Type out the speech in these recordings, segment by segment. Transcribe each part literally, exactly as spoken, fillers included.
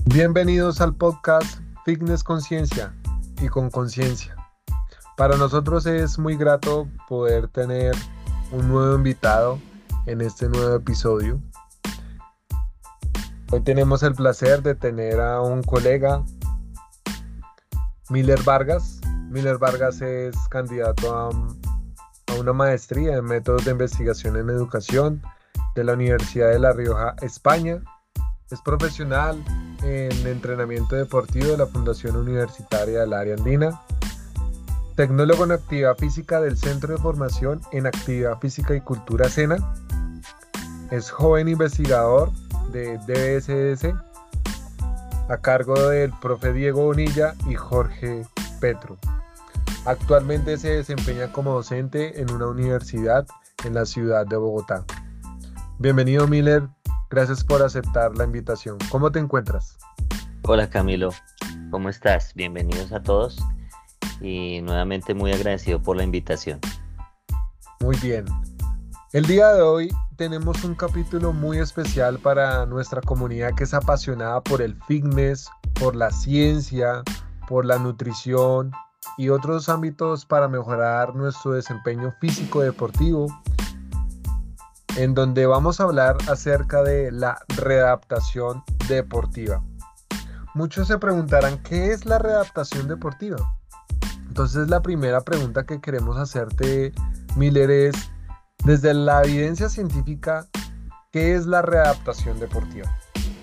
Bienvenidos al podcast Fitness Conciencia y con Conciencia. Para nosotros es muy grato poder tener un nuevo invitado en este nuevo episodio. Hoy tenemos el placer de tener a un colega, Miller Vargas. Miller Vargas es candidato a, a una maestría en métodos de investigación en educación de la Universidad de La Rioja, España. Es profesional en entrenamiento deportivo de la Fundación Universitaria del Área Andina, tecnólogo en actividad física del Centro de Formación en Actividad Física y Cultura SENA, es joven investigador de D B S S a cargo del profe Diego Bonilla y Jorge Petro. Actualmente se desempeña como docente en una universidad en la ciudad de Bogotá. Bienvenido, Miller. Gracias por aceptar la invitación. ¿Cómo te encuentras? Hola Camilo, ¿cómo estás? Bienvenidos a todos y nuevamente muy agradecido por la invitación. Muy bien. El día de hoy tenemos un capítulo muy especial para nuestra comunidad que es apasionada por el fitness, por la ciencia, por la nutrición y otros ámbitos para mejorar nuestro desempeño físico deportivo, en donde vamos a hablar acerca de la readaptación deportiva. Muchos se preguntarán, ¿qué es la readaptación deportiva? Entonces la primera pregunta que queremos hacerte, Miller, es, desde la evidencia científica, ¿qué es la readaptación deportiva?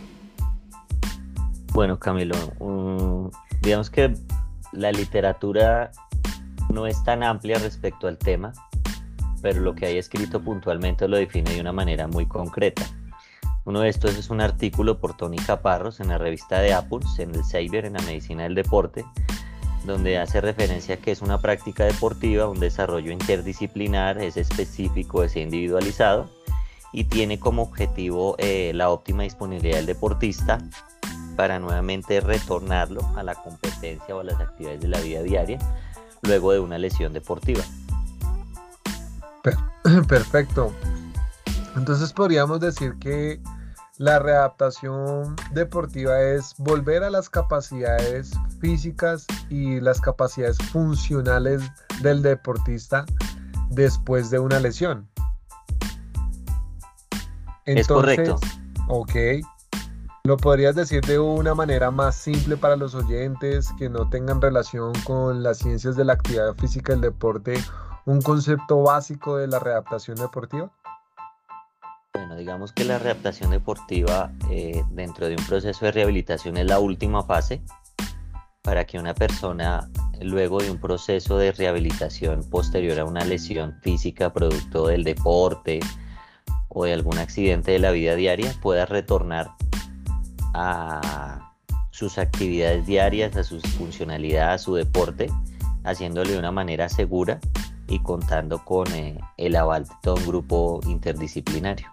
Bueno, Camilo, um, digamos que la literatura no es tan amplia respecto al tema, pero lo que hay escrito puntualmente lo define de una manera muy concreta. Uno de estos es un artículo por Tony Caparros en la revista de Apples, en el Xavier, en la medicina del deporte, donde hace referencia a que es una práctica deportiva, un desarrollo interdisciplinar, es específico, es individualizado y tiene como objetivo eh, la óptima disponibilidad del deportista para nuevamente retornarlo a la competencia o a las actividades de la vida diaria luego de una lesión deportiva. Perfecto. Entonces podríamos decir que la readaptación deportiva es volver a las capacidades físicas y las capacidades funcionales del deportista después de una lesión. Entonces, es correcto. Ok. ¿Lo podrías decir de una manera más simple para los oyentes que no tengan relación con las ciencias de la actividad física y el deporte? ¿Un concepto básico de la readaptación deportiva? Bueno, digamos que la readaptación deportiva eh, dentro de un proceso de rehabilitación es la última fase para que una persona, luego de un proceso de rehabilitación posterior a una lesión física producto del deporte o de algún accidente de la vida diaria, pueda retornar a sus actividades diarias, a su funcionalidad, a su deporte, haciéndolo de una manera segura y contando con eh, el aval de todo un grupo interdisciplinario.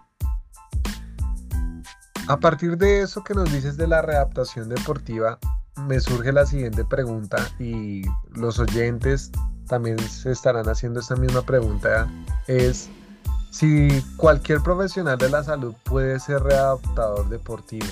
A partir de eso que nos dices de la readaptación deportiva, me surge la siguiente pregunta y los oyentes también se estarán haciendo esta misma pregunta, es si cualquier profesional de la salud puede ser readaptador deportivo.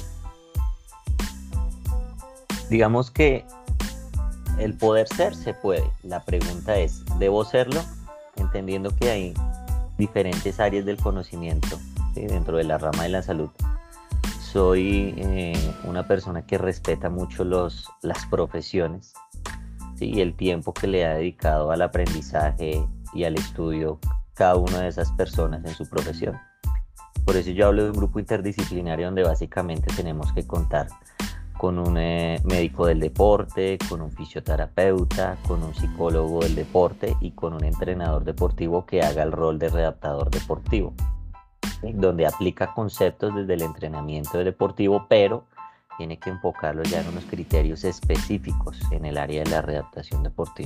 Digamos que el poder ser se puede. La pregunta es, ¿debo serlo? Entendiendo que hay diferentes áreas del conocimiento, ¿sí?, dentro de la rama de la salud. Soy eh, una persona que respeta mucho los, las profesiones, ¿sí?, y el tiempo que le ha dedicado al aprendizaje y al estudio cada una de esas personas en su profesión. Por eso yo hablo de un grupo interdisciplinario donde básicamente tenemos que contar con un eh, médico del deporte, con un fisioterapeuta, con un psicólogo del deporte y con un entrenador deportivo que haga el rol de readaptador deportivo, ¿sí?, donde aplica conceptos desde el entrenamiento deportivo, pero tiene que enfocarlo ya en unos criterios específicos en el área de la readaptación deportiva.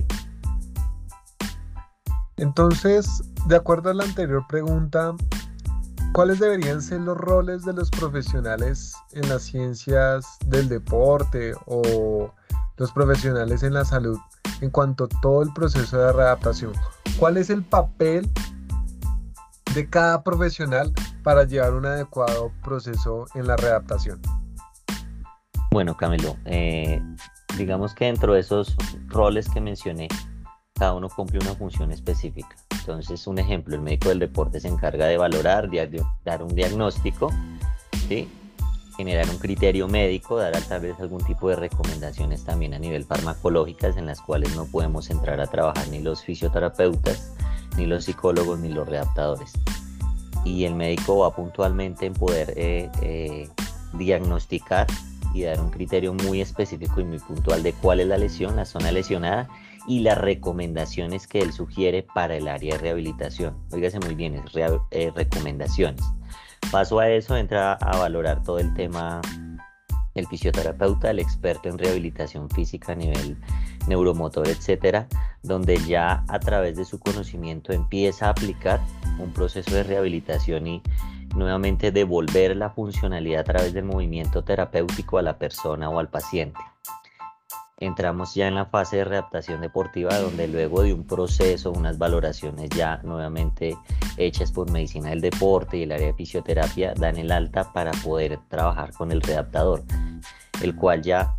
Entonces, de acuerdo a la anterior pregunta, ¿cuáles deberían ser los roles de los profesionales en las ciencias del deporte o los profesionales en la salud en cuanto a todo el proceso de readaptación? ¿Cuál es el papel de cada profesional para llevar un adecuado proceso en la readaptación? Bueno, Camilo, eh, digamos que dentro de esos roles que mencioné, cada uno cumple una función específica. Entonces, un ejemplo, el médico del deporte se encarga de valorar, de dar un diagnóstico, ¿sí? Generar un criterio médico, dar tal vez algún tipo de recomendaciones también a nivel farmacológicas, en las cuales no podemos entrar a trabajar ni los fisioterapeutas, ni los psicólogos, ni los readaptadores. Y el médico va puntualmente en poder eh, eh, diagnosticar y dar un criterio muy específico y muy puntual de cuál es la lesión, la zona lesionada y las recomendaciones que él sugiere para el área de rehabilitación. Óigase muy bien, es re, eh, recomendaciones. Paso a eso, entra a valorar todo el tema el fisioterapeuta, el experto en rehabilitación física a nivel neuromotor, etcétera, donde ya a través de su conocimiento empieza a aplicar un proceso de rehabilitación y nuevamente devolver la funcionalidad a través del movimiento terapéutico a la persona o al paciente. Entramos ya en la fase de readaptación deportiva, donde luego de un proceso, unas valoraciones ya nuevamente hechas por medicina del deporte y el área de fisioterapia, dan el alta para poder trabajar con el readaptador, el cual ya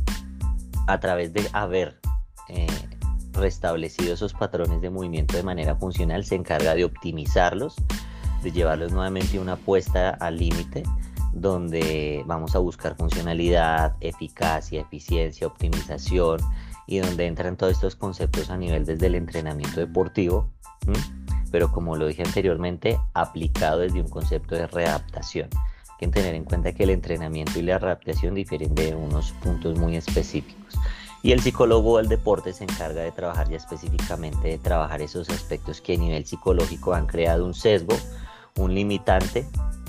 a través de haber eh, restablecido esos patrones de movimiento de manera funcional, se encarga de optimizarlos, de llevarlos nuevamente a una puesta al límite, donde vamos a buscar funcionalidad, eficacia, eficiencia, optimización, y donde entran todos estos conceptos a nivel desde el entrenamiento deportivo, ¿sí? Pero como lo dije anteriormente, aplicado desde un concepto de readaptación. Hay que tener en cuenta que el entrenamiento y la readaptación difieren de unos puntos muy específicos. Y el psicólogo del deporte se encarga de trabajar ya específicamente, de trabajar esos aspectos que a nivel psicológico han creado un sesgo, un limitante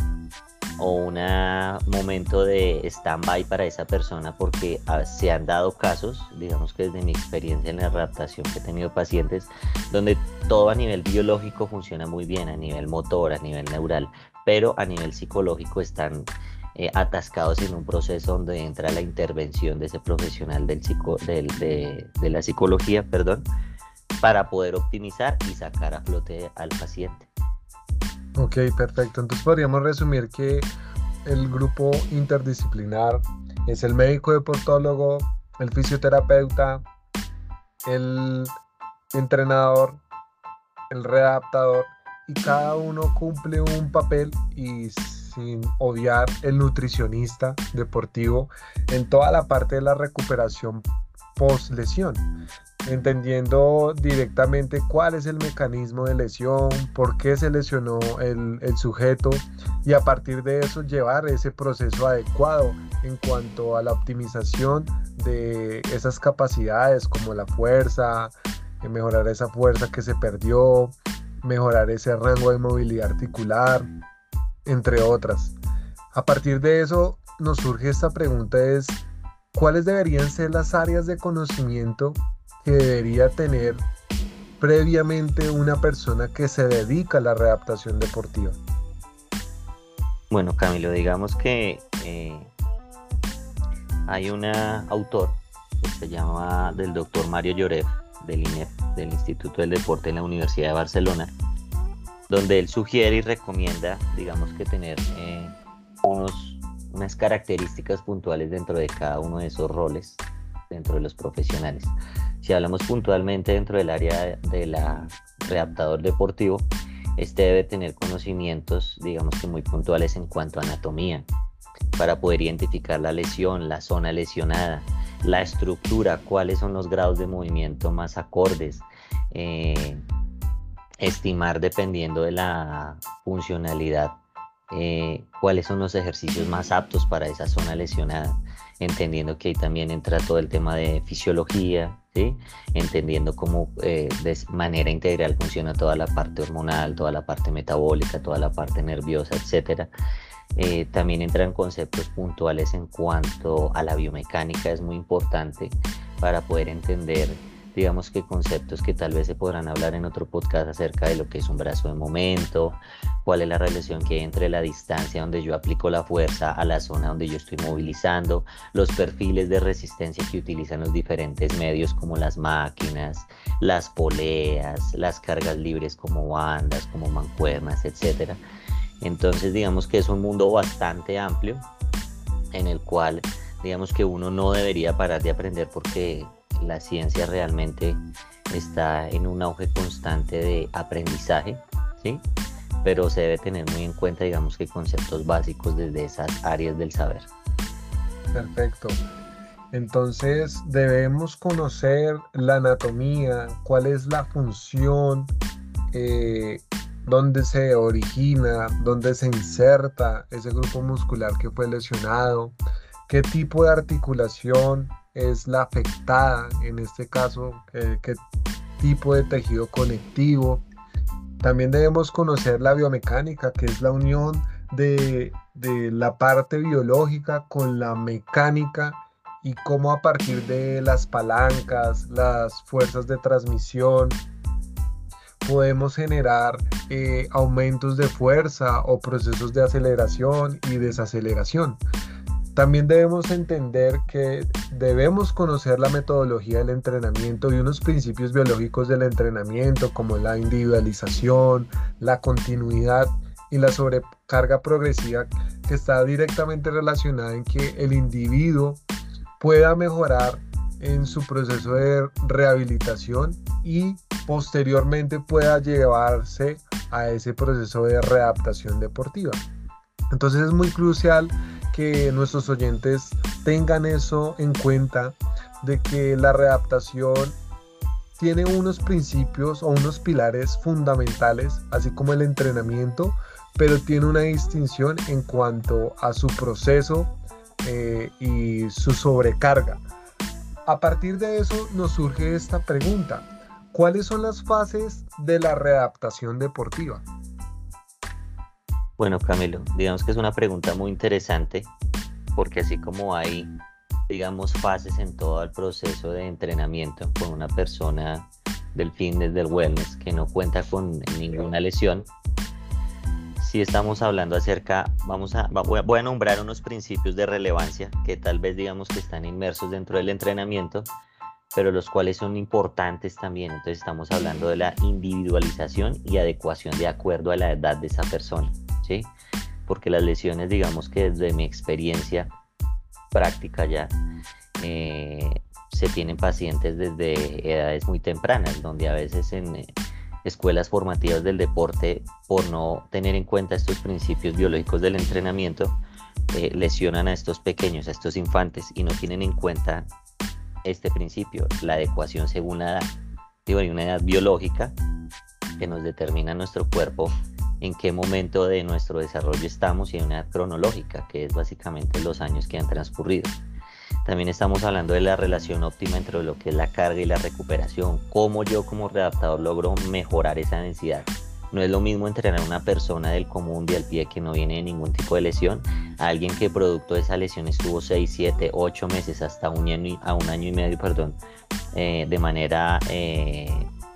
o un momento de stand-by para esa persona, porque se han dado casos, digamos que desde mi experiencia en la readaptación que he tenido pacientes, donde todo a nivel biológico funciona muy bien, a nivel motor, a nivel neural, pero a nivel psicológico están eh, atascados en un proceso donde entra la intervención de ese profesional del psico, del, de, de la psicología, perdón, para poder optimizar y sacar a flote al paciente. Ok, perfecto. Entonces podríamos resumir que el grupo interdisciplinar es el médico deportólogo, el fisioterapeuta, el entrenador, el readaptador, y cada uno cumple un papel, y sin obviar el nutricionista deportivo en toda la parte de la recuperación post lesión, entendiendo directamente cuál es el mecanismo de lesión, por qué se lesionó el, el sujeto, y a partir de eso llevar ese proceso adecuado en cuanto a la optimización de esas capacidades como la fuerza, mejorar esa fuerza que se perdió, mejorar ese rango de movilidad articular, entre otras. A partir de eso nos surge esta pregunta: es ¿cuáles deberían ser las áreas de conocimiento que debería tener previamente una persona que se dedica a la readaptación deportiva? Bueno, Camilo, digamos que eh, hay un autor que se llama del doctor Mario Lloret, del I N E F, del Instituto del Deporte en la Universidad de Barcelona, donde él sugiere y recomienda, digamos que tener eh, unos, unas características puntuales dentro de cada uno de esos roles, dentro de los profesionales. Si hablamos puntualmente dentro del área de la readaptador deportivo, este debe tener conocimientos, digamos que muy puntuales en cuanto a anatomía, para poder identificar la lesión, la zona lesionada, la estructura, cuáles son los grados de movimiento más acordes, eh, estimar dependiendo de la funcionalidad, eh, cuáles son los ejercicios más aptos para esa zona lesionada, entendiendo que ahí también entra todo el tema de fisiología, ¿sí? Entendiendo cómo eh, de manera integral funciona toda la parte hormonal, toda la parte metabólica, toda la parte nerviosa, etcétera. Eh, también entran conceptos puntuales en cuanto a la biomecánica, es muy importante para poder entender, digamos que conceptos que tal vez se podrán hablar en otro podcast acerca de lo que es un brazo de momento, cuál es la relación que hay entre la distancia donde yo aplico la fuerza a la zona donde yo estoy movilizando, los perfiles de resistencia que utilizan los diferentes medios como las máquinas, las poleas, las cargas libres como bandas, como mancuernas, etcétera. Entonces digamos que es un mundo bastante amplio en el cual digamos que uno no debería parar de aprender porque la ciencia realmente está en un auge constante de aprendizaje, ¿sí? Pero se debe tener muy en cuenta, digamos que conceptos básicos desde esas áreas del saber. Perfecto. Entonces debemos conocer la anatomía, cuál es la función, eh, dónde se origina, dónde se inserta ese grupo muscular que fue lesionado, qué tipo de articulación es la afectada, en este caso, eh, qué tipo de tejido conectivo. También debemos conocer la biomecánica, que es la unión de, de la parte biológica con la mecánica y cómo a partir de las palancas, las fuerzas de transmisión, podemos generar eh, aumentos de fuerza o procesos de aceleración y desaceleración. También debemos entender que debemos conocer la metodología del entrenamiento y unos principios biológicos del entrenamiento como la individualización, la continuidad y la sobrecarga progresiva, que está directamente relacionada en que el individuo pueda mejorar en su proceso de rehabilitación y posteriormente pueda llevarse a ese proceso de readaptación deportiva. Entonces es muy crucial que nuestros oyentes tengan eso en cuenta, de que la readaptación tiene unos principios o unos pilares fundamentales, así como el entrenamiento, pero tiene una distinción en cuanto a su proceso eh, y su sobrecarga. A partir de eso nos surge esta pregunta: ¿cuáles son las fases de la readaptación deportiva? Bueno, Camilo, digamos que es una pregunta muy interesante porque así como hay, digamos, fases en todo el proceso de entrenamiento con una persona del fitness, del wellness, que no cuenta con ninguna lesión, si estamos hablando acerca, vamos a, voy a, voy a nombrar unos principios de relevancia que tal vez digamos que están inmersos dentro del entrenamiento, pero los cuales son importantes también. Entonces estamos hablando de la individualización y adecuación de acuerdo a la edad de esa persona, ¿sí? Porque las lesiones, digamos que desde mi experiencia práctica ya, eh, se tienen pacientes desde edades muy tempranas, donde a veces en eh, escuelas formativas del deporte, por no tener en cuenta estos principios biológicos del entrenamiento, eh, lesionan a estos pequeños, a estos infantes, y no tienen en cuenta este principio, la adecuación según la edad. Digo, hay una edad biológica que nos determina nuestro cuerpo en qué momento de nuestro desarrollo estamos, y hay una edad cronológica, que es básicamente los años que han transcurrido. También estamos hablando de la relación óptima entre lo que es la carga y la recuperación, cómo yo como readaptador logro mejorar esa densidad. No es lo mismo entrenar a una persona del común de al pie que no viene de ningún tipo de lesión, a alguien que producto de esa lesión estuvo seis, siete, ocho meses hasta un año, a un año y medio, perdón, eh, de manera, eh,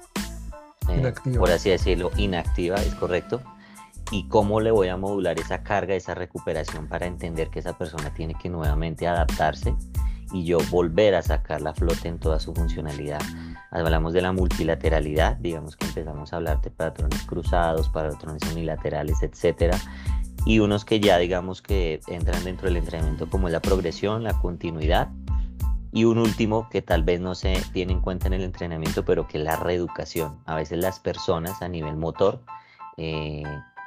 eh, por así decirlo, inactiva, es correcto. Y cómo le voy a modular esa carga, esa recuperación, para entender que esa persona tiene que nuevamente adaptarse y yo volver a sacar a flote en toda su funcionalidad. Hablamos de la multilateralidad, digamos que empezamos a hablar de patrones cruzados, patrones unilaterales, etcétera, y unos que ya digamos que entran dentro del entrenamiento, como es la progresión, la continuidad, y un último que tal vez no se tiene en cuenta en el entrenamiento, pero que es la reeducación. A veces las personas a nivel motor eh,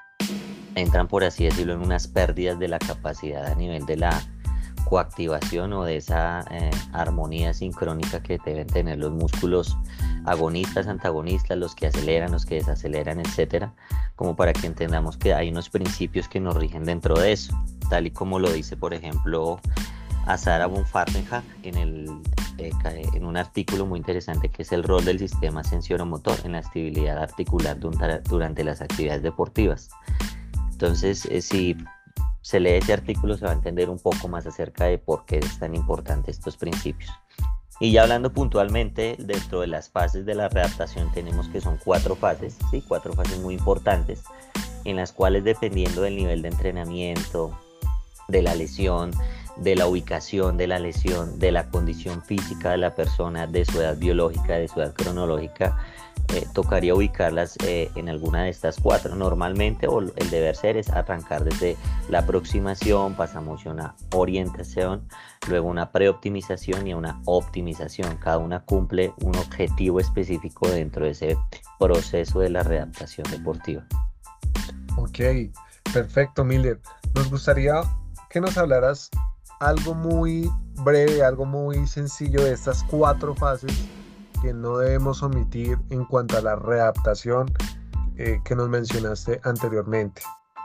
entran, por así decirlo, en unas pérdidas de la capacidad a nivel de la coactivación o de esa eh, armonía sincrónica que deben tener los músculos agonistas, antagonistas, los que aceleran, los que desaceleran, etcétera, como para que entendamos que hay unos principios que nos rigen dentro de eso, tal y como lo dice, por ejemplo, Azara von Fardenhag en, el, eh, en un artículo muy interesante, que es el rol del sistema sensoromotor en la estabilidad articular durante las actividades deportivas. Entonces, eh, si se lee ese artículo, se va a entender un poco más acerca de por qué es tan importante estos principios. Y ya hablando puntualmente, dentro de las fases de la readaptación tenemos que son cuatro fases, ¿sí? Cuatro fases muy importantes, en las cuales, dependiendo del nivel de entrenamiento, de la lesión, de la ubicación de la lesión, de la condición física de la persona, de su edad biológica, de su edad cronológica, eh, tocaría ubicarlas eh, en alguna de estas cuatro. Normalmente, o el deber ser es arrancar desde la aproximación, pasamos a una orientación, luego una preoptimización y a una optimización. Cada una cumple un objetivo específico dentro de ese proceso de la readaptación deportiva. Ok, perfecto, Miller. Nos gustaría que nos hablaras algo muy breve, algo muy sencillo de estas cuatro fases que no debemos omitir en cuanto a la readaptación eh, que nos mencionaste anteriormente.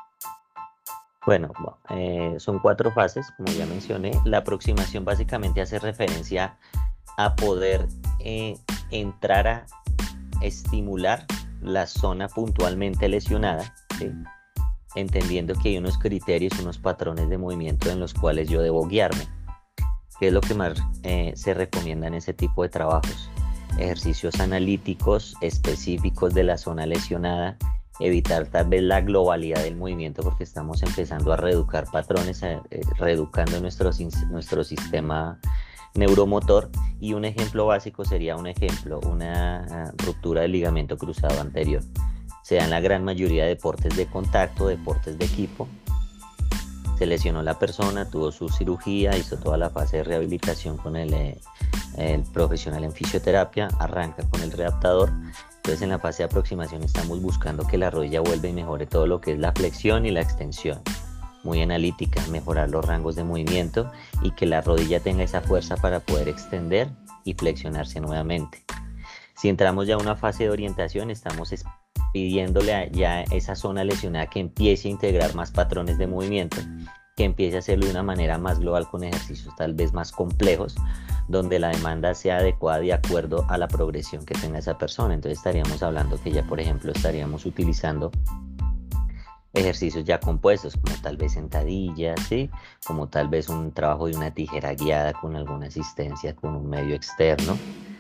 Bueno, eh, son cuatro fases, como ya mencioné. La aproximación básicamente hace referencia a poder eh, entrar a estimular la zona puntualmente lesionada, ¿sí? Entendiendo que hay unos criterios, unos patrones de movimiento en los cuales yo debo guiarme. ¿Qué es lo que más eh, se recomienda en ese tipo de trabajos? Ejercicios analíticos específicos de la zona lesionada, evitar tal vez la globalidad del movimiento porque estamos empezando a reeducar patrones, eh, reeducando nuestro, nuestro sistema neuromotor. Y un ejemplo básico sería un ejemplo, una uh, ruptura del ligamento cruzado anterior. Se da en la gran mayoría de deportes de contacto, deportes de equipo. Se lesionó la persona, tuvo su cirugía, hizo toda la fase de rehabilitación con el, eh, el profesional en fisioterapia, arranca con el readaptador. Entonces en la fase de aproximación estamos buscando que la rodilla vuelva y mejore todo lo que es la flexión y la extensión. Muy analítica, mejorar los rangos de movimiento y que la rodilla tenga esa fuerza para poder extender y flexionarse nuevamente. Si entramos ya a una fase de orientación, estamos pidiéndole a ya esa zona lesionada que empiece a integrar más patrones de movimiento, que empiece a hacerlo de una manera más global con ejercicios tal vez más complejos, donde la demanda sea adecuada de acuerdo a la progresión que tenga esa persona. Entonces estaríamos hablando que ya, por ejemplo, estaríamos utilizando ejercicios ya compuestos, como tal vez sentadillas, ¿sí? Como tal vez un trabajo de una tijera guiada con alguna asistencia con un medio externo.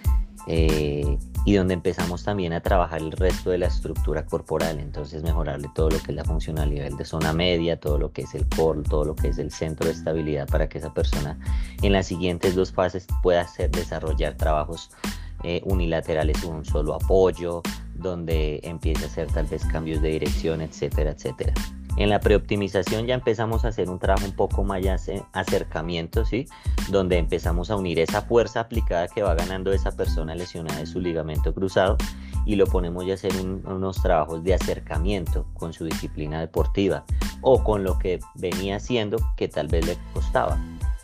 Eh, y donde empezamos también a trabajar el resto de la estructura corporal, entonces mejorarle todo lo que es la funcionalidad de zona media, todo lo que es el core, todo lo que es el centro de estabilidad, para que esa persona en las siguientes dos fases pueda hacer, desarrollar trabajos eh, unilaterales o un solo apoyo, donde empiece a hacer tal vez cambios de dirección, etcétera, etcétera. En la preoptimización ya empezamos a hacer un trabajo un poco más de acercamiento, ¿sí? Donde empezamos a unir esa fuerza aplicada que va ganando esa persona lesionada de su ligamento cruzado y lo ponemos ya a hacer un, unos trabajos de acercamiento con su disciplina deportiva o con lo que venía haciendo que tal vez le costaba.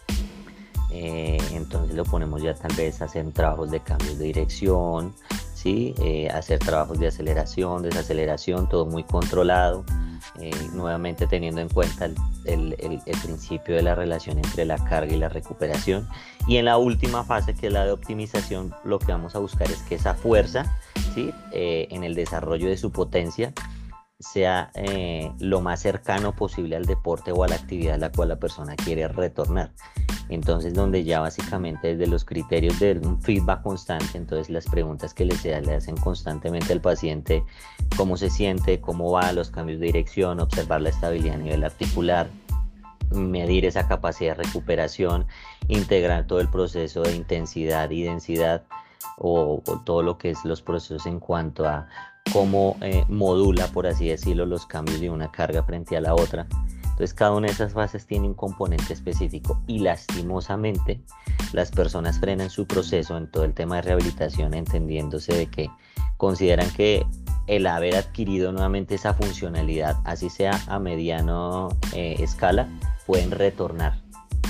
Eh, entonces lo ponemos ya tal vez a hacer trabajos de cambios de dirección, ¿sí? Eh, hacer trabajos de aceleración, desaceleración, todo muy controlado. Eh, nuevamente teniendo en cuenta el, el, el, el principio de la relación entre la carga y la recuperación. Y en la última fase, que es la de optimización, lo que vamos a buscar es que esa fuerza, ¿sí? eh, en el desarrollo de su potencia sea eh, lo más cercano posible al deporte o a la actividad a la cual la persona quiere retornar. Entonces, donde ya básicamente desde los criterios de un feedback constante, entonces las preguntas que le, se, le hacen constantemente al paciente, cómo se siente, cómo va, los cambios de dirección, observar la estabilidad a nivel articular, medir esa capacidad de recuperación, integrar todo el proceso de intensidad y densidad o, o todo lo que es los procesos en cuanto a cómo eh, modula, por así decirlo, los cambios de una carga frente a la otra. Entonces cada una de esas fases tiene un componente específico y lastimosamente las personas frenan su proceso en todo el tema de rehabilitación, entendiéndose de que consideran que el haber adquirido nuevamente esa funcionalidad, así sea a mediano eh, escala, pueden retornar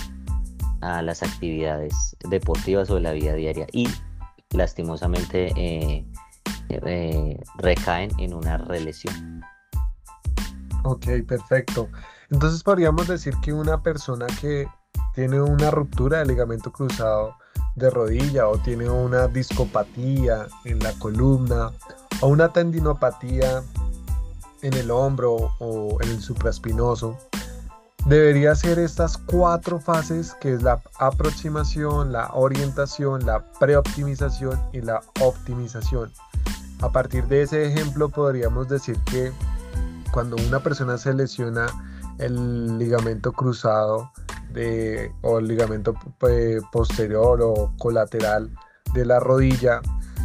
a las actividades deportivas o de la vida diaria y lastimosamente eh, eh, recaen en una relesión. Ok, perfecto. Entonces podríamos decir que una persona que tiene una ruptura del ligamento cruzado de rodilla o tiene una discopatía en la columna o una tendinopatía en el hombro o en el supraespinoso, debería hacer estas cuatro fases, que es la aproximación, la orientación, la preoptimización y la optimización. A partir de ese ejemplo podríamos decir que cuando una persona se lesiona el ligamento cruzado de, o el ligamento eh, posterior o colateral de la rodilla,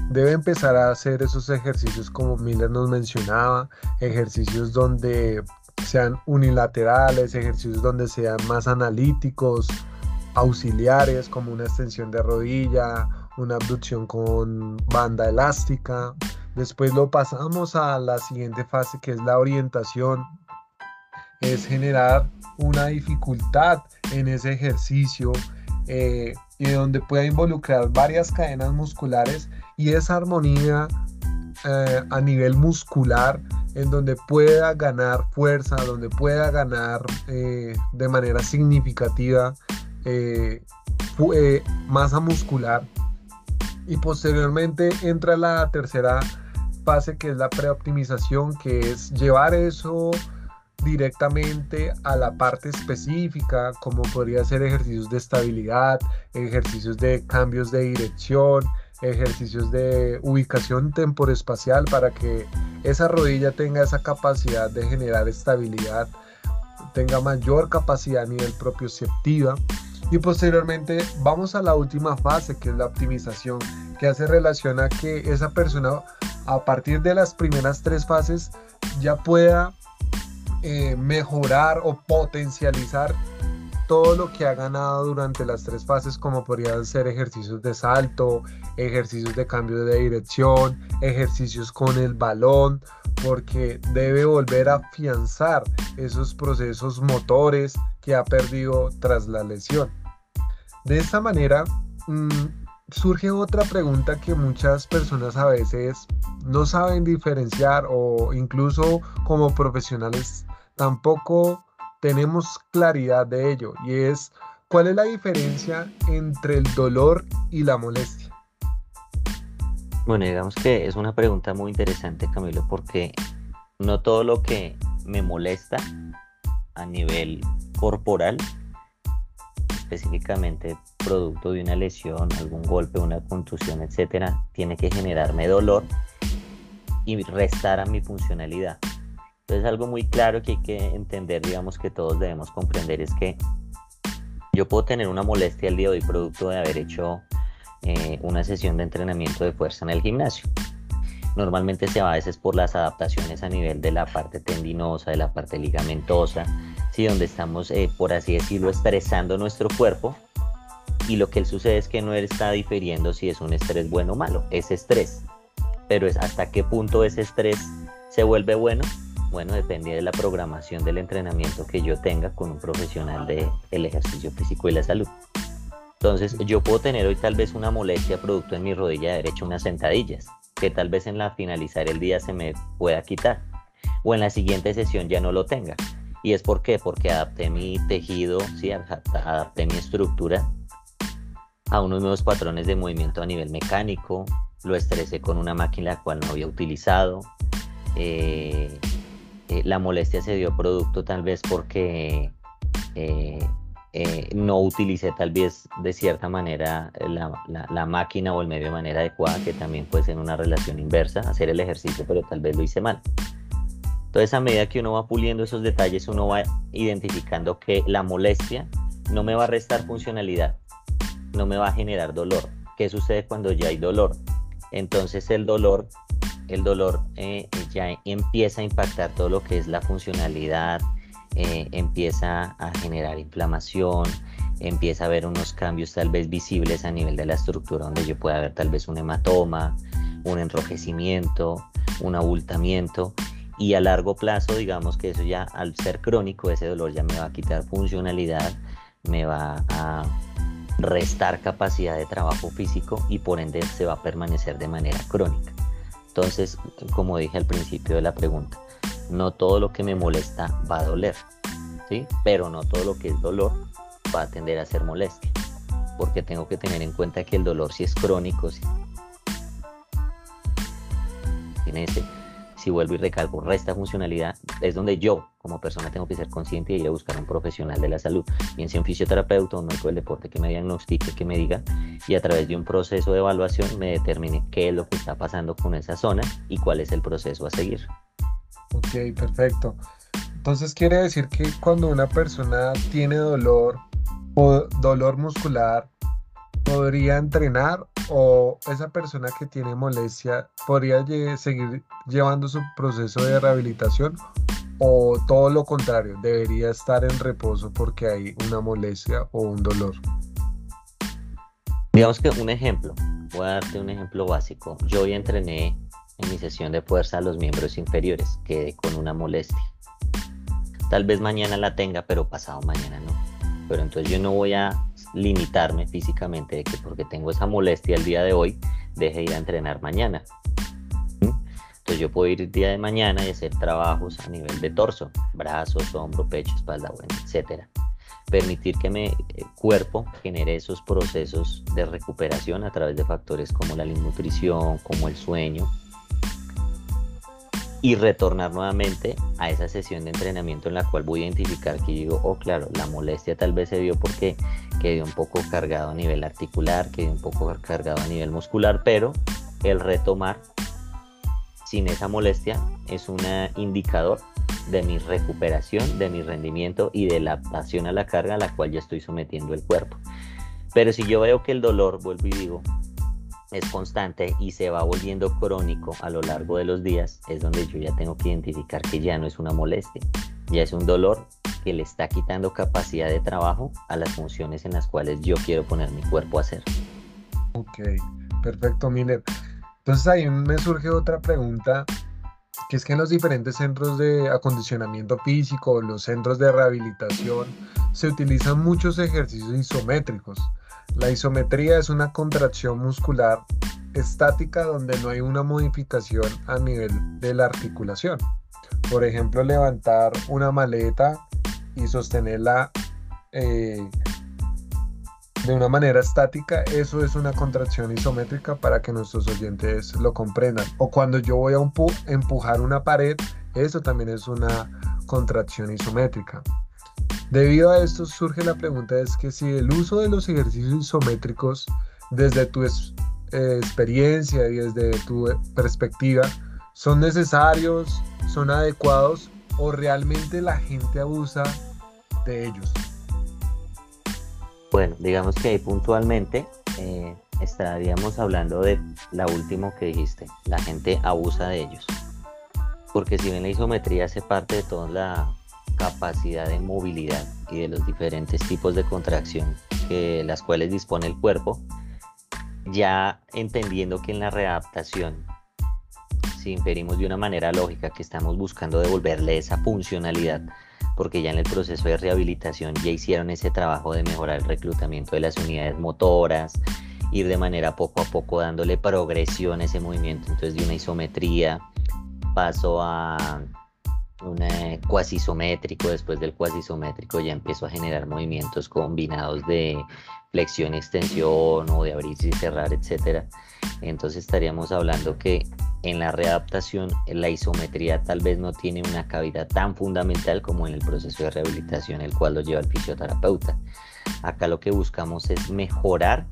debe empezar a hacer esos ejercicios como Miller nos mencionaba, ejercicios donde sean unilaterales, ejercicios donde sean más analíticos, auxiliares como una extensión de rodilla, una abducción con banda elástica. Después lo pasamos a la siguiente fase, que es la orientación. Es generar una dificultad en ese ejercicio eh, y donde pueda involucrar varias cadenas musculares y esa armonía eh, a nivel muscular, en donde pueda ganar fuerza, donde pueda ganar eh, de manera significativa eh, eh, masa muscular. Y posteriormente entra la tercera fase, que es la preoptimización, que es llevar eso directamente a la parte específica, como podría ser ejercicios de estabilidad, ejercicios de cambios de dirección, ejercicios de ubicación temporoespacial, para que esa rodilla tenga esa capacidad de generar estabilidad, tenga mayor capacidad a nivel propioceptiva. Y posteriormente vamos a la última fase, que es la optimización, que hace relación a que esa persona a partir de las primeras tres fases ya pueda eh, mejorar o potencializar todo lo que ha ganado durante las tres fases, como podrían ser ejercicios de salto, ejercicios de cambio de dirección, ejercicios con el balón, porque debe volver a afianzar esos procesos motores que ha perdido tras la lesión. De esta manera mmm, surge otra pregunta que muchas personas a veces no saben diferenciar, o incluso como profesionales tampoco tenemos claridad de ello, y es: ¿cuál es la diferencia entre el dolor y la molestia? Bueno, digamos que es una pregunta muy interesante, Camilo, porque no todo lo que me molesta a nivel corporal, específicamente producto de una lesión, algún golpe, una contusión, etcétera, tiene que generarme dolor y restar a mi funcionalidad. Entonces, algo muy claro que hay que entender, digamos que todos debemos comprender, es que yo puedo tener una molestia el día de hoy producto de haber hecho eh, una sesión de entrenamiento de fuerza en el gimnasio. Normalmente se va a veces por las adaptaciones a nivel de la parte tendinosa, de la parte ligamentosa, ¿sí? Donde estamos, eh, por así decirlo, estresando nuestro cuerpo, y lo que sucede es que no está difiriendo si es un estrés bueno o malo, es estrés. Pero es hasta qué punto ese estrés se vuelve bueno. Bueno, depende de la programación del entrenamiento que yo tenga con un profesional del ejercicio físico y la salud. Entonces, yo puedo tener hoy tal vez una molestia producto en mi rodilla de haber hecho unas sentadillas, que tal vez en la finalizar el día se me pueda quitar, o en la siguiente sesión ya no lo tenga. ¿Y es por qué? Porque adapté mi tejido, ¿sí? Adapté mi estructura a unos nuevos patrones de movimiento a nivel mecánico, lo estresé con una máquina la cual no había utilizado. Eh, eh, la molestia se dio producto tal vez porque eh, eh, no utilicé tal vez de cierta manera la, la, la máquina o el medio de manera adecuada, que también puede ser una relación inversa, hacer el ejercicio pero tal vez lo hice mal. Entonces, a medida que uno va puliendo esos detalles, uno va identificando que la molestia no me va a restar funcionalidad, no me va a generar dolor. ¿Qué sucede cuando ya hay dolor? Entonces el dolor, el dolor eh, ya empieza a impactar todo lo que es la funcionalidad, eh, empieza a generar inflamación, empieza a haber unos cambios tal vez visibles a nivel de la estructura, donde yo pueda ver tal vez un hematoma, un enrojecimiento, un abultamiento, y a largo plazo, digamos que eso ya, al ser crónico, ese dolor ya me va a quitar funcionalidad, me va a restar capacidad de trabajo físico, y por ende se va a permanecer de manera crónica. Entonces, como dije al principio de la pregunta, no todo lo que me molesta va a doler, ¿sí? Pero no todo lo que es dolor va a tender a ser molestia, porque tengo que tener en cuenta que el dolor, si es crónico, si tiene ese, si vuelvo y recalco, resta funcionalidad, es donde yo como persona tengo que ser consciente y ir a buscar a un profesional de la salud, bien sea un fisioterapeuta o un médico del deporte, que me diagnostique, que me diga, y a través de un proceso de evaluación me determine qué es lo que está pasando con esa zona y cuál es el proceso a seguir. Ok, perfecto. Entonces quiere decir que cuando una persona tiene dolor o dolor muscular, podría entrenar o esa persona que tiene molestia podría lle- seguir llevando su proceso de rehabilitación o todo lo contrario, debería estar en reposo porque hay una molestia o un dolor. Digamos que un ejemplo, voy a darte un ejemplo básico. Yo hoy entrené en mi sesión de fuerza a los miembros inferiores, quedé con una molestia. Tal vez mañana la tenga, pero pasado mañana no. Pero entonces yo no voy a limitarme físicamente de que porque tengo esa molestia el día de hoy, deje de ir a entrenar mañana. ¿Mm? Entonces yo puedo ir el día de mañana y hacer trabajos a nivel de torso, brazos, hombro, pecho, espalda, bueno, etcétera. Permitir que mi cuerpo genere esos procesos de recuperación a través de factores como la nutrición, como el sueño, y retornar nuevamente a esa sesión de entrenamiento en la cual voy a identificar que digo, oh claro, la molestia tal vez se dio porque quedé un poco cargado a nivel articular, quedé un poco cargado a nivel muscular, pero el retomar sin esa molestia es un indicador de mi recuperación, de mi rendimiento y de la adaptación a la carga a la cual ya estoy sometiendo el cuerpo. Pero si yo veo que el dolor, vuelvo y digo, es constante y se va volviendo crónico a lo largo de los días, es donde yo ya tengo que identificar que ya no es una molestia, ya es un dolor que le está quitando capacidad de trabajo a las funciones en las cuales yo quiero poner mi cuerpo a hacer. Ok, perfecto, Miller. Entonces ahí me surge otra pregunta, que es que en los diferentes centros de acondicionamiento físico, los centros de rehabilitación, se utilizan muchos ejercicios isométricos. La isometría es una contracción muscular estática donde no hay una modificación a nivel de la articulación. Por ejemplo, levantar una maleta y sostenerla eh, de una manera estática, eso es una contracción isométrica para que nuestros oyentes lo comprendan. O cuando yo voy a empujar una pared, eso también es una contracción isométrica. Debido a esto surge la pregunta, es que si el uso de los ejercicios isométricos desde tu es, eh, experiencia y desde tu perspectiva son necesarios, son adecuados o realmente la gente abusa de ellos. Bueno, digamos que ahí puntualmente eh, estaríamos hablando de la última que dijiste, la gente abusa de ellos. Porque si bien la isometría hace parte de toda la capacidad de movilidad y de los diferentes tipos de contracción que las cuales dispone el cuerpo, ya entendiendo que en la readaptación, si inferimos de una manera lógica que estamos buscando devolverle esa funcionalidad, porque ya en el proceso de rehabilitación ya hicieron ese trabajo de mejorar el reclutamiento de las unidades motoras, ir de manera poco a poco dándole progresión a ese movimiento, entonces de una isometría paso a un cuasi isométrico, después del cuasi isométrico ya empiezo a generar movimientos combinados de flexión y extensión o de abrir y cerrar, etcétera. Entonces estaríamos hablando que en la readaptación la isometría tal vez no tiene una cavidad tan fundamental como en el proceso de rehabilitación, el cual lo lleva el fisioterapeuta. Acá lo que buscamos es mejorar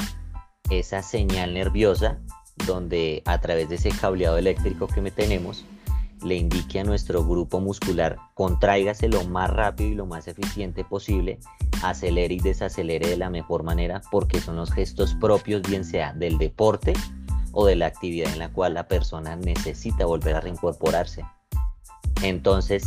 esa señal nerviosa donde a través de ese cableado eléctrico que tenemos le indique a nuestro grupo muscular contráigase lo más rápido y lo más eficiente posible, acelere y desacelere de la mejor manera, porque son los gestos propios, bien sea del deporte o de la actividad en la cual la persona necesita volver a reincorporarse. Entonces,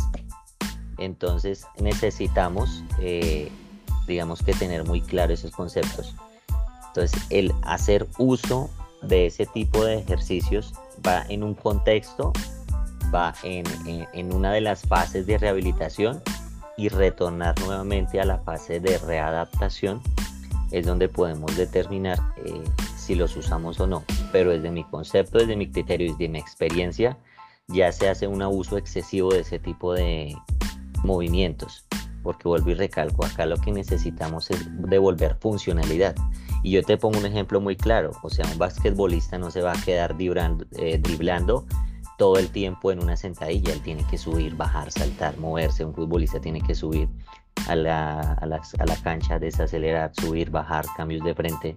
entonces necesitamos, eh, digamos que tener muy claros esos conceptos. Entonces, el hacer uso de ese tipo de ejercicios va en un contexto, va en, en, en una de las fases de rehabilitación, y retornar nuevamente a la fase de readaptación es donde podemos determinar eh, si los usamos o no. Pero desde mi concepto, desde mi criterio, desde mi experiencia, ya se hace un abuso excesivo de ese tipo de movimientos, porque vuelvo y recalco, acá lo que necesitamos es devolver funcionalidad. Y yo te pongo un ejemplo muy claro, o sea, un basquetbolista no se va a quedar driblando, eh, driblando todo el tiempo en una sentadilla, él tiene que subir, bajar, saltar, moverse. Un futbolista tiene que subir a la, a la, a la cancha, desacelerar, subir, bajar, cambios de frente.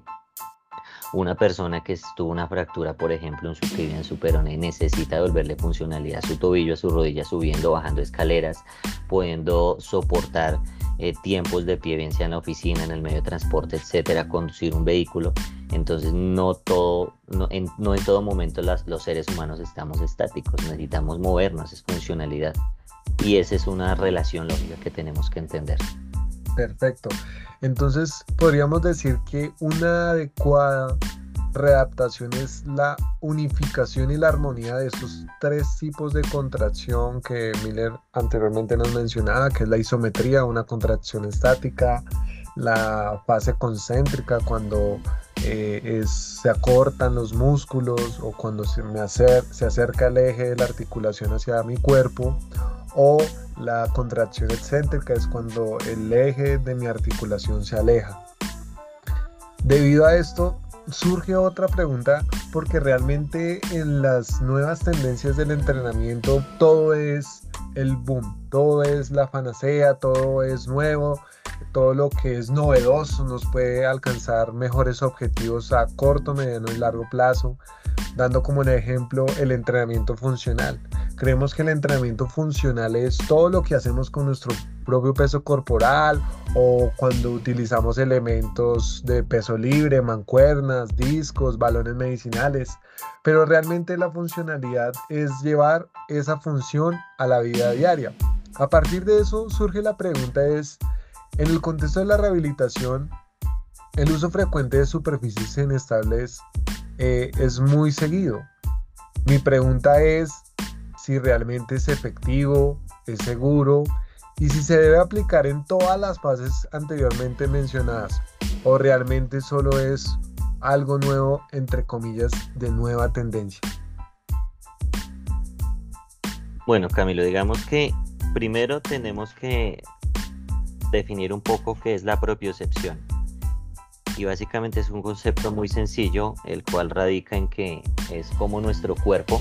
Una persona que tuvo una fractura, por ejemplo, en su tibia, en su peroné, necesita devolverle funcionalidad a su tobillo, a su rodilla, subiendo, bajando escaleras, pudiendo soportar eh, tiempos de pie, bien sea en la oficina, en el medio de transporte, etcétera, conducir un vehículo. Entonces no todo, no en, no en todo momento las, los seres humanos estamos estáticos, necesitamos movernos, es funcionalidad. Y esa es una relación lógica que tenemos que entender. Perfecto. Entonces, podríamos decir que una adecuada readaptación es la unificación y la armonía de estos tres tipos de contracción que Miller anteriormente nos mencionaba, que es la isometría, una contracción estática, la fase concéntrica, cuando eh, es, se acortan los músculos o cuando se, me acer, se acerca el eje de la articulación hacia mi cuerpo, o la contracción excéntrica, es cuando el eje de mi articulación se aleja. Debido a esto, surge otra pregunta, porque realmente en las nuevas tendencias del entrenamiento todo es el boom, todo es la panacea, todo es nuevo, todo lo que es novedoso nos puede alcanzar mejores objetivos a corto, mediano y largo plazo, dando como un ejemplo el entrenamiento funcional. Creemos que el entrenamiento funcional es todo lo que hacemos con nuestro propio peso corporal, o cuando utilizamos elementos de peso libre, mancuernas, discos, balones medicinales, pero realmente la funcionalidad es llevar esa función a la vida diaria. A partir de eso surge la pregunta es, en el contexto de la rehabilitación, el uso frecuente de superficies inestables eh, es muy seguido. Mi pregunta es si realmente es efectivo, es seguro, y si se debe aplicar en todas las fases anteriormente mencionadas, o realmente solo es algo nuevo, entre comillas, de nueva tendencia. Bueno, Camilo, digamos que primero tenemos que definir un poco qué es la propiocepción. Y básicamente es un concepto muy sencillo, el cual radica en que es como nuestro cuerpo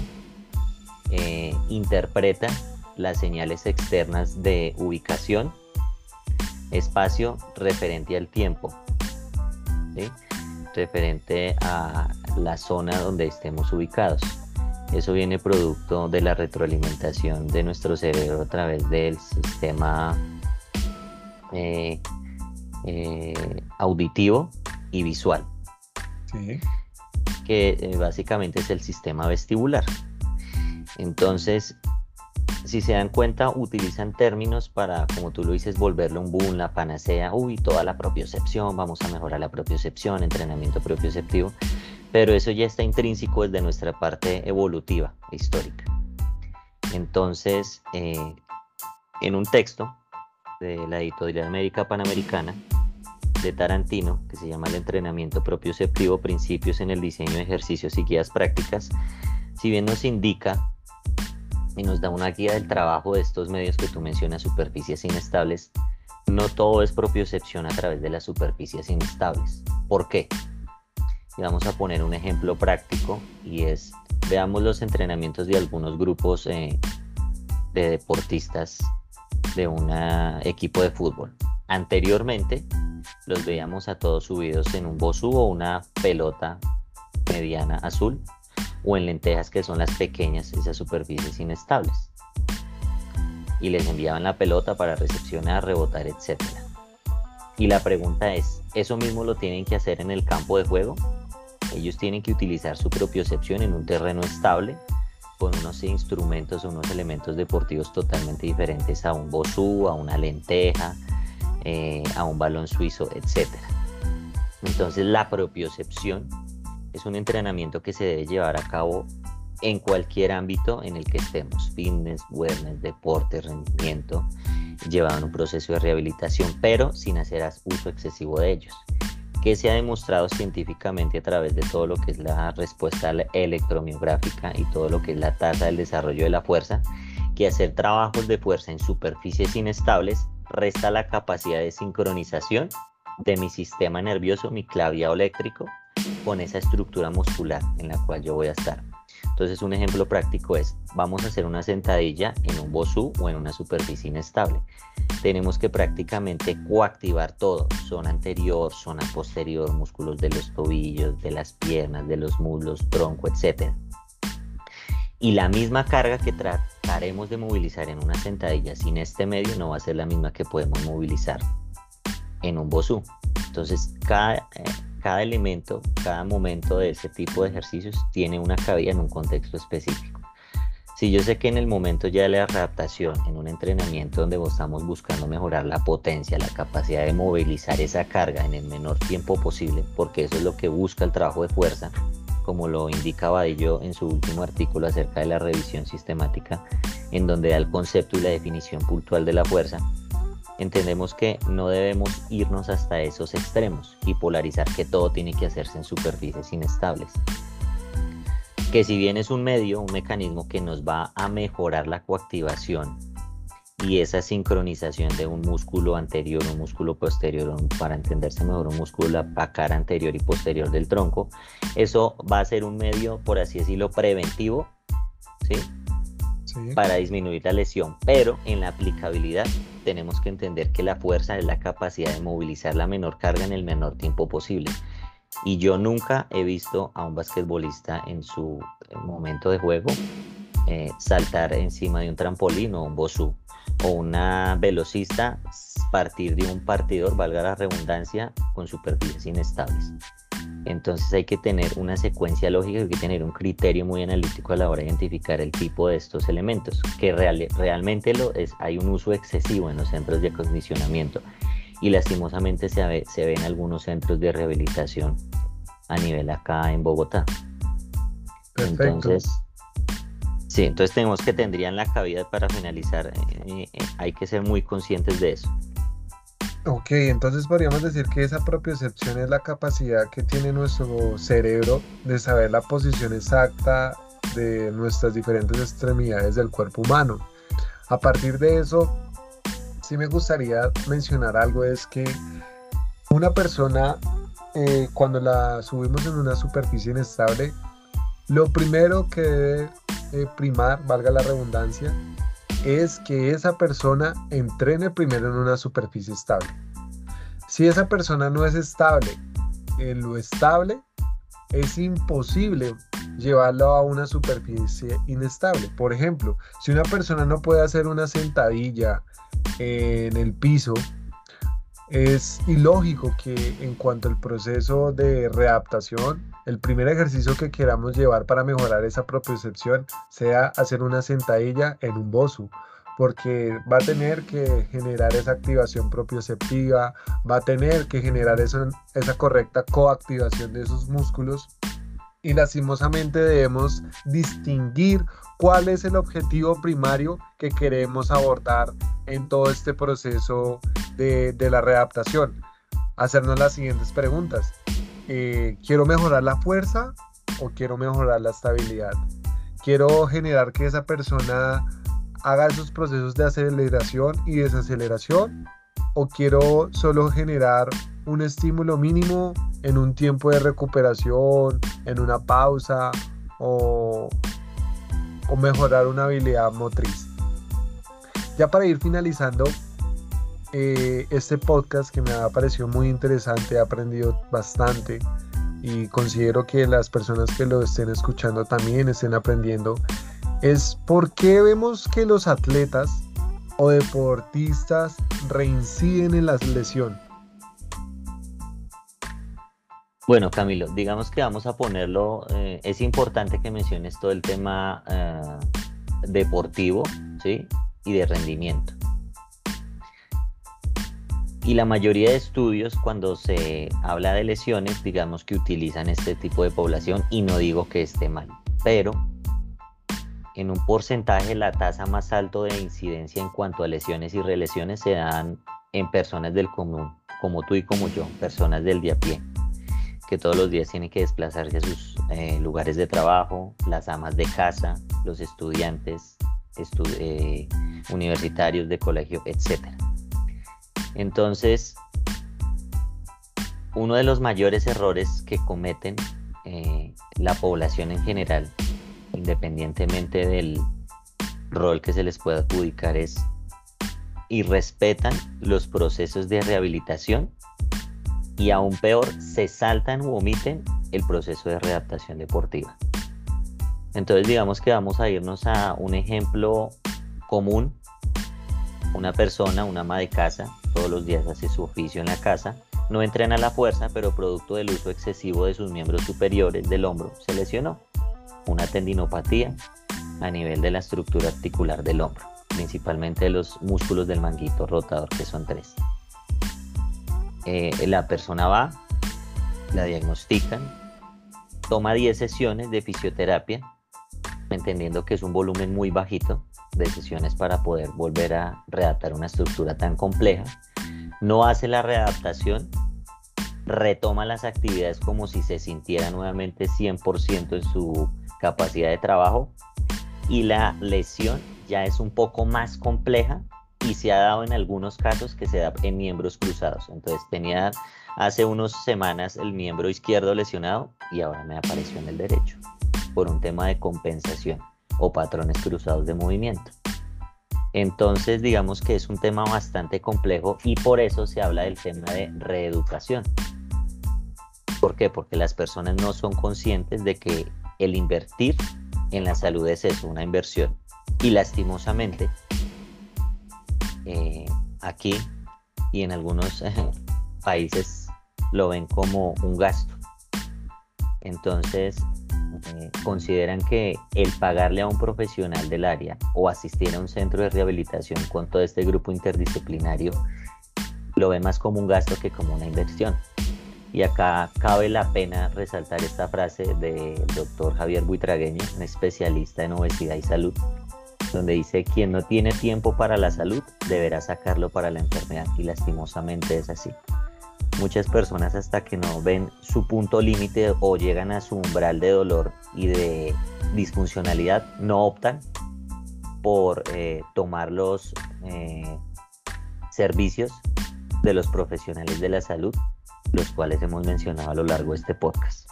eh, interpreta las señales externas de ubicación, espacio referente al tiempo, ¿sí? Referente a la zona donde estemos ubicados. Eso viene producto de la retroalimentación de nuestro cerebro a través del sistema eh, eh, auditivo y visual, Sí. que eh, básicamente es el sistema vestibular. Entonces, si se dan cuenta, utilizan términos para, como tú lo dices, volverlo un boom, la panacea, uy, toda la propiocepción, vamos a mejorar la propiocepción, entrenamiento propioceptivo, pero eso ya está intrínseco desde nuestra parte evolutiva, histórica. Entonces, eh, en un texto de la editorial médica panamericana de Tarantino, que se llama El entrenamiento propioceptivo, principios en el diseño de ejercicios y guías prácticas, si bien nos indica y nos da una guía del trabajo de estos medios que tú mencionas, superficies inestables, no todo es propiocepción a través de las superficies inestables. ¿Por qué? Y vamos a poner un ejemplo práctico, y es, veamos los entrenamientos de algunos grupos eh, de deportistas de un equipo de fútbol. Anteriormente los veíamos a todos subidos en un bosú o una pelota mediana azul, o en lentejas, que son las pequeñas, esas superficies inestables, y les enviaban la pelota para recepcionar, rebotar, etcétera. Y la pregunta es, ¿eso mismo lo tienen que hacer en el campo de juego? Ellos tienen que utilizar su propiocepción en un terreno estable, con unos instrumentos o unos elementos deportivos totalmente diferentes a un bosú, a una lenteja, eh, a un balón suizo, etcétera. Entonces, la propiocepción es un entrenamiento que se debe llevar a cabo en cualquier ámbito en el que estemos, fitness, wellness, deporte, rendimiento, llevado en un proceso de rehabilitación, pero sin hacer uso excesivo de ellos, que se ha demostrado científicamente a través de todo lo que es la respuesta electromiográfica y todo lo que es la tasa del desarrollo de la fuerza, que hacer trabajos de fuerza en superficies inestables resta la capacidad de sincronización de mi sistema nervioso, mi claviado eléctrico, con esa estructura muscular en la cual yo voy a estar. Entonces, un ejemplo práctico es, vamos a hacer una sentadilla en un bosú o en una superficie inestable. Tenemos que prácticamente coactivar todo, zona anterior, zona posterior, músculos de los tobillos, de las piernas, de los muslos, tronco, etcétera. Y la misma carga que trataremos de movilizar en una sentadilla sin este medio no va a ser la misma que podemos movilizar en un bosú. Entonces, cada, eh, cada elemento, cada momento de ese tipo de ejercicios tiene una cabida en un contexto específico. Si yo sé que en el momento ya de la readaptación, en un entrenamiento donde estamos buscando mejorar la potencia, la capacidad de movilizar esa carga en el menor tiempo posible, porque eso es lo que busca el trabajo de fuerza, como lo indica Badillo en su último artículo acerca de la revisión sistemática, en donde da el concepto y la definición puntual de la fuerza, entendemos que no debemos irnos hasta esos extremos y polarizar que todo tiene que hacerse en superficies inestables. Que si bien es un medio, un mecanismo que nos va a mejorar la coactivación y esa sincronización de un músculo anterior, un músculo posterior, para entenderse mejor, un músculo la cara anterior y posterior del tronco, eso va a ser un medio, por así decirlo, preventivo, ¿sí? Sí. Para disminuir la lesión, pero en la aplicabilidad tenemos que entender que la fuerza es la capacidad de movilizar la menor carga en el menor tiempo posible. Y yo nunca he visto a un basquetbolista en su momento de juego eh, saltar encima de un trampolín o un bosú, o una velocista partir de un partidor, valga la redundancia, con superficies inestables. Entonces hay que tener una secuencia lógica, hay que tener un criterio muy analítico a la hora de identificar el tipo de estos elementos, que real, realmente lo es, hay un uso excesivo en los centros de acondicionamiento. Y lastimosamente se ve, se ve en algunos centros de rehabilitación a nivel acá en Bogotá. Perfecto. Entonces, sí, entonces tenemos que tendrían la cabida para finalizar. Eh, eh, hay que ser muy conscientes de eso. Ok, entonces podríamos decir que esa propiocepción es la capacidad que tiene nuestro cerebro de saber la posición exacta de nuestras diferentes extremidades del cuerpo humano. A partir de eso, sí me gustaría mencionar algo, es que una persona eh, cuando la subimos en una superficie inestable, lo primero que debe eh, primar, valga la redundancia, es que esa persona entrene primero en una superficie estable. Si esa persona no es estable en lo estable, es imposible llevarlo a una superficie inestable. Por ejemplo, si una persona no puede hacer una sentadilla en el piso, es ilógico que en cuanto al proceso de readaptación, el primer ejercicio que queramos llevar para mejorar esa propiocepción sea hacer una sentadilla en un bosu, porque va a tener que generar esa activación propioceptiva, va a tener que generar eso, esa correcta coactivación de esos músculos, y lastimosamente debemos distinguir cuál es el objetivo primario que queremos abordar en todo este proceso de, de la readaptación. Hacernos las siguientes preguntas. Eh, ¿Quiero mejorar la fuerza o quiero mejorar la estabilidad? ¿Quiero generar que esa persona haga esos procesos de aceleración y desaceleración? ¿O quiero solo generar un estímulo mínimo en un tiempo de recuperación, en una pausa, o, o mejorar una habilidad motriz? Ya para ir finalizando eh, este podcast, que me ha parecido muy interesante, he aprendido bastante y considero que las personas que lo estén escuchando también estén aprendiendo, es por qué vemos que los atletas o deportistas reinciden en la lesión. Bueno, Camilo, digamos que vamos a ponerlo, eh, es importante que menciones todo el tema eh, deportivo, ¿sí? Y de rendimiento. Y la mayoría de estudios, cuando se habla de lesiones, digamos que utilizan este tipo de población, y no digo que esté mal, pero en un porcentaje la tasa más alta de incidencia en cuanto a lesiones y relesiones se dan en personas del común, como tú y como yo, personas del día a pie, que todos los días tienen que desplazarse a sus eh, lugares de trabajo, las amas de casa, los estudiantes estu eh, universitarios de colegio, etcétera. Entonces, uno de los mayores errores que cometen eh, la población en general, independientemente del rol que se les pueda adjudicar, es irrespetan los procesos de rehabilitación, y aún peor, se saltan u omiten el proceso de readaptación deportiva. Entonces, digamos que vamos a irnos a un ejemplo común. Una persona, una ama de casa, todos los días hace su oficio en la casa, no entrena la fuerza, pero producto del uso excesivo de sus miembros superiores del hombro, se lesionó. Una tendinopatía a nivel de la estructura articular del hombro, principalmente de los músculos del manguito rotador, que son tres. Eh, la persona va, la diagnostican, toma diez sesiones de fisioterapia, entendiendo que es un volumen muy bajito de sesiones para poder volver a readaptar una estructura tan compleja. No hace la readaptación, retoma las actividades como si se sintiera nuevamente cien por ciento en su capacidad de trabajo, y la lesión ya es un poco más compleja y se ha dado en algunos casos que se da en miembros cruzados. Entonces tenía hace unas semanas el miembro izquierdo lesionado y ahora me apareció en el derecho por un tema de compensación o patrones cruzados de movimiento. Entonces digamos que es un tema bastante complejo y por eso se habla del tema de reeducación. ¿Por qué? Porque las personas no son conscientes de que el invertir en la salud es eso, una inversión. Y lastimosamente, eh, aquí y en algunos eh, países lo ven como un gasto. Entonces, eh, consideran que el pagarle a un profesional del área o asistir a un centro de rehabilitación con todo este grupo interdisciplinario lo ven más como un gasto que como una inversión. Y acá cabe la pena resaltar esta frase del doctor Javier Buitragueño, un especialista en obesidad y salud, donde dice: quien no tiene tiempo para la salud deberá sacarlo para la enfermedad, y lastimosamente es así. Muchas personas, hasta que no ven su punto límite o llegan a su umbral de dolor y de disfuncionalidad, no optan por eh, tomar los eh, servicios de los profesionales de la salud, los cuales hemos mencionado a lo largo de este podcast.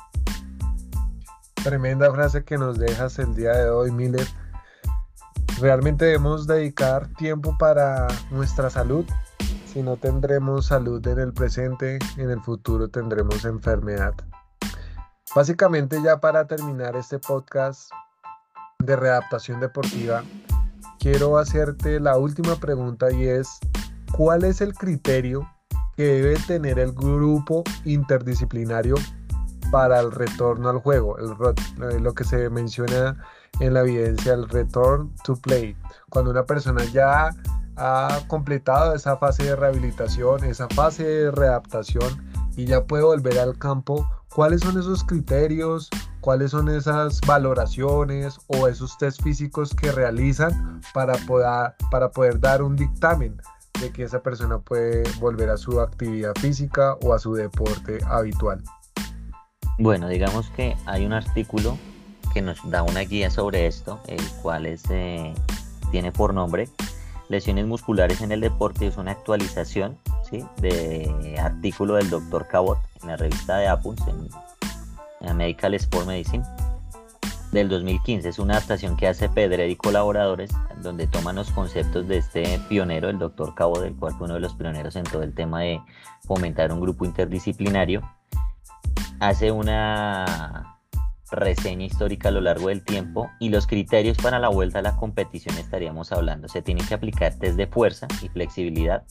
Tremenda frase que nos dejas el día de hoy, Miller. Realmente debemos dedicar tiempo para nuestra salud. Si no tendremos salud en el presente, en el futuro tendremos enfermedad. Básicamente, ya para terminar este podcast de readaptación deportiva, quiero hacerte la última pregunta, y es: ¿cuál es el criterio que debe tener el grupo interdisciplinario para el retorno al juego? El, lo que se menciona en la evidencia, el return to play. Cuando una persona ya ha completado esa fase de rehabilitación, esa fase de readaptación, y ya puede volver al campo, ¿cuáles son esos criterios? ¿Cuáles son esas valoraciones o esos test físicos que realizan para poder, para poder dar un dictamen de que esa persona puede volver a su actividad física o a su deporte habitual? Bueno, digamos que hay un artículo que nos da una guía sobre esto, el cual es, eh, tiene por nombre Lesiones musculares en el deporte. Es una actualización, ¿sí?, de artículo del doctor Cabot en la revista de Apus, en, en Medical Sport Medicine, del dos mil quince. Es una adaptación que hace Pedrer y colaboradores, donde toman los conceptos de este pionero, el doctor Cabot, del cual fue uno de los pioneros en todo el tema de fomentar un grupo interdisciplinario. Hace una reseña histórica a lo largo del tiempo y los criterios para la vuelta a la competición estaríamos hablando. Se tienen que aplicar test de fuerza y flexibilidad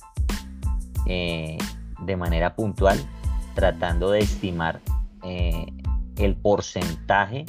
eh, de manera puntual, tratando de estimar eh, el porcentaje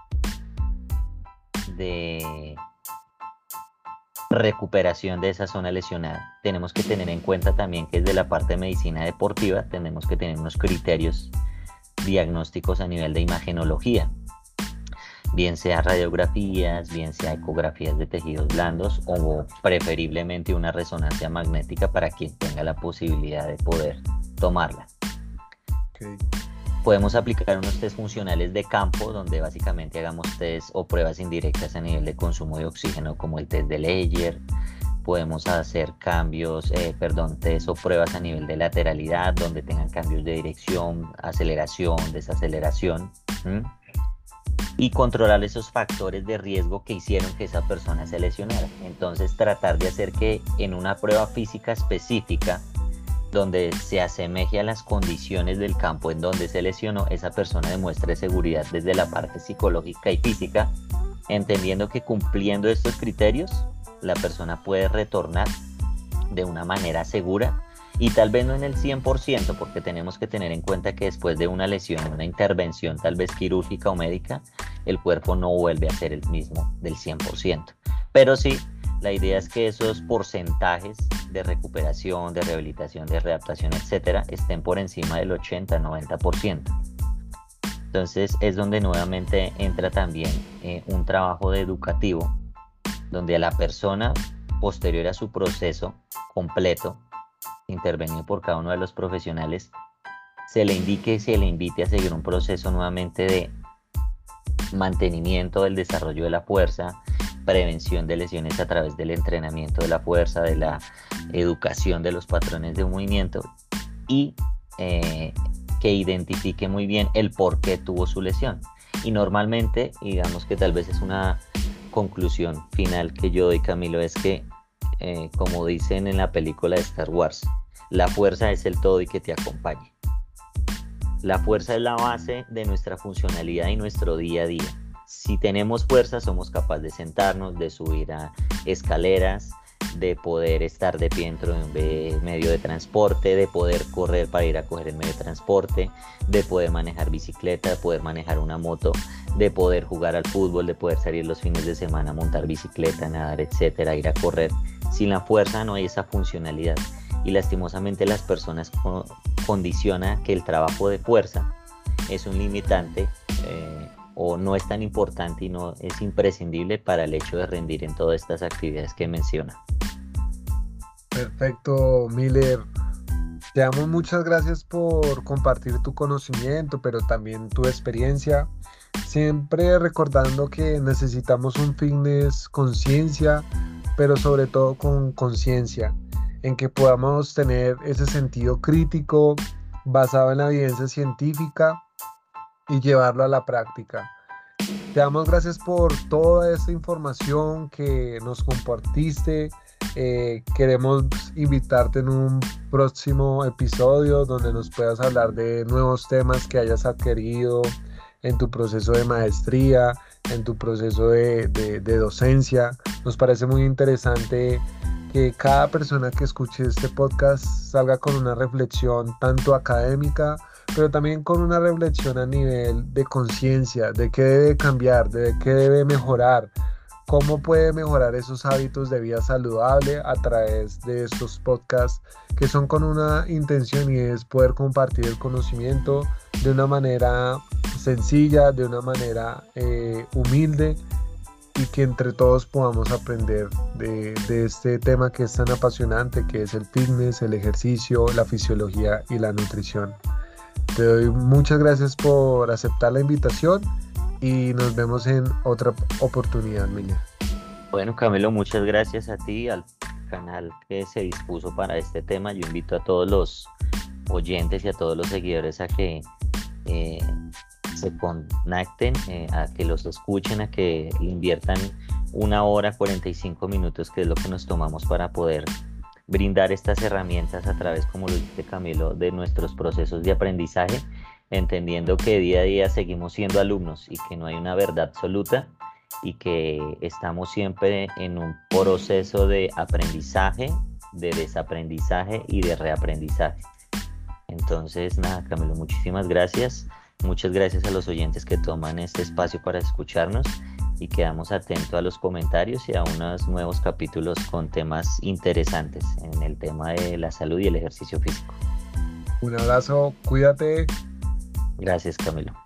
de recuperación de esa zona lesionada. Tenemos que tener en cuenta también que desde la parte de medicina deportiva tenemos que tener unos criterios diagnósticos a nivel de imagenología, bien sea radiografías, bien sea ecografías de tejidos blandos, o preferiblemente una resonancia magnética para quien tenga la posibilidad de poder tomarla. Okay. Podemos aplicar unos test funcionales de campo, donde básicamente hagamos test o pruebas indirectas a nivel de consumo de oxígeno, como el test de Leger. Podemos hacer cambios, eh, perdón, test o pruebas a nivel de lateralidad, donde tengan cambios de dirección, aceleración, desaceleración, ¿m? y controlar esos factores de riesgo que hicieron que esa persona se lesionara. Entonces, tratar de hacer que en una prueba física específica, donde se asemeje a las condiciones del campo en donde se lesionó, esa persona demuestre seguridad desde la parte psicológica y física, entendiendo que cumpliendo estos criterios, la persona puede retornar de una manera segura y tal vez no en el cien por ciento, porque tenemos que tener en cuenta que después de una lesión, una intervención tal vez quirúrgica o médica, el cuerpo no vuelve a ser el mismo del cien por ciento. Pero sí, la idea es que esos porcentajes de recuperación, de rehabilitación, de readaptación, etcétera, estén por encima del ochenta a noventa por ciento. Entonces es donde nuevamente entra también eh, un trabajo de educativo, donde a la persona posterior a su proceso completo, intervenido por cada uno de los profesionales, se le indique y se le invite a seguir un proceso nuevamente de mantenimiento del desarrollo de la fuerza, prevención de lesiones a través del entrenamiento de la fuerza, de la educación de los patrones de movimiento y eh, que identifique muy bien el por qué tuvo su lesión. Y normalmente, digamos que tal vez es una conclusión final que yo doy, Camilo, es que eh, como dicen en la película de Star Wars, la fuerza es el todo y que te acompañe. La fuerza es la base de nuestra funcionalidad y nuestro día a día. Si tenemos fuerza, somos capaces de sentarnos, de subir a escaleras, de poder estar de pie dentro de un medio de transporte, de poder correr para ir a coger el medio de transporte, de poder manejar bicicleta, de poder manejar una moto, de poder jugar al fútbol, de poder salir los fines de semana a montar bicicleta, nadar, etcétera, ir a correr. Sin la fuerza no hay esa funcionalidad y lastimosamente las personas co- condicionan que el trabajo de fuerza es un limitante eh, o no es tan importante y no es imprescindible para el hecho de rendir en todas estas actividades que menciona. Perfecto, Miller. Te damos muchas gracias por compartir tu conocimiento, pero también tu experiencia. Siempre recordando que necesitamos un fitness conciencia, pero sobre todo con conciencia, en que podamos tener ese sentido crítico basado en la evidencia científica y llevarlo a la práctica. Te damos gracias por toda esta información que nos compartiste. Eh, queremos invitarte en un próximo episodio donde nos puedas hablar de nuevos temas que hayas adquirido en tu proceso de maestría, en tu proceso de, de, de docencia. Nos parece muy interesante que cada persona que escuche este podcast salga con una reflexión tanto académica, pero también con una reflexión a nivel de conciencia, de qué debe cambiar, de qué debe mejorar, cómo puede mejorar esos hábitos de vida saludable a través de estos podcasts que son con una intención y es poder compartir el conocimiento de una manera sencilla, de una manera eh, humilde y que entre todos podamos aprender de, de este tema que es tan apasionante, que es el fitness, el ejercicio, la fisiología y la nutrición. Te doy muchas gracias por aceptar la invitación y nos vemos en otra oportunidad, Miller. Bueno, Camilo, muchas gracias a ti, al canal que se dispuso para este tema. Yo invito a todos los oyentes y a todos los seguidores a que eh, se conecten, eh, a que los escuchen, a que inviertan una hora, cuarenta y cinco minutos, que es lo que nos tomamos para poder brindar estas herramientas a través, como lo dice Camilo, de nuestros procesos de aprendizaje, entendiendo que día a día seguimos siendo alumnos y que no hay una verdad absoluta y que estamos siempre en un proceso de aprendizaje, de desaprendizaje y de reaprendizaje. Entonces, nada, Camilo, muchísimas gracias. Muchas gracias a los oyentes que toman este espacio para escucharnos y quedamos atentos a los comentarios y a unos nuevos capítulos con temas interesantes en el tema de la salud y el ejercicio físico. Un abrazo, cuídate. Gracias, Camilo.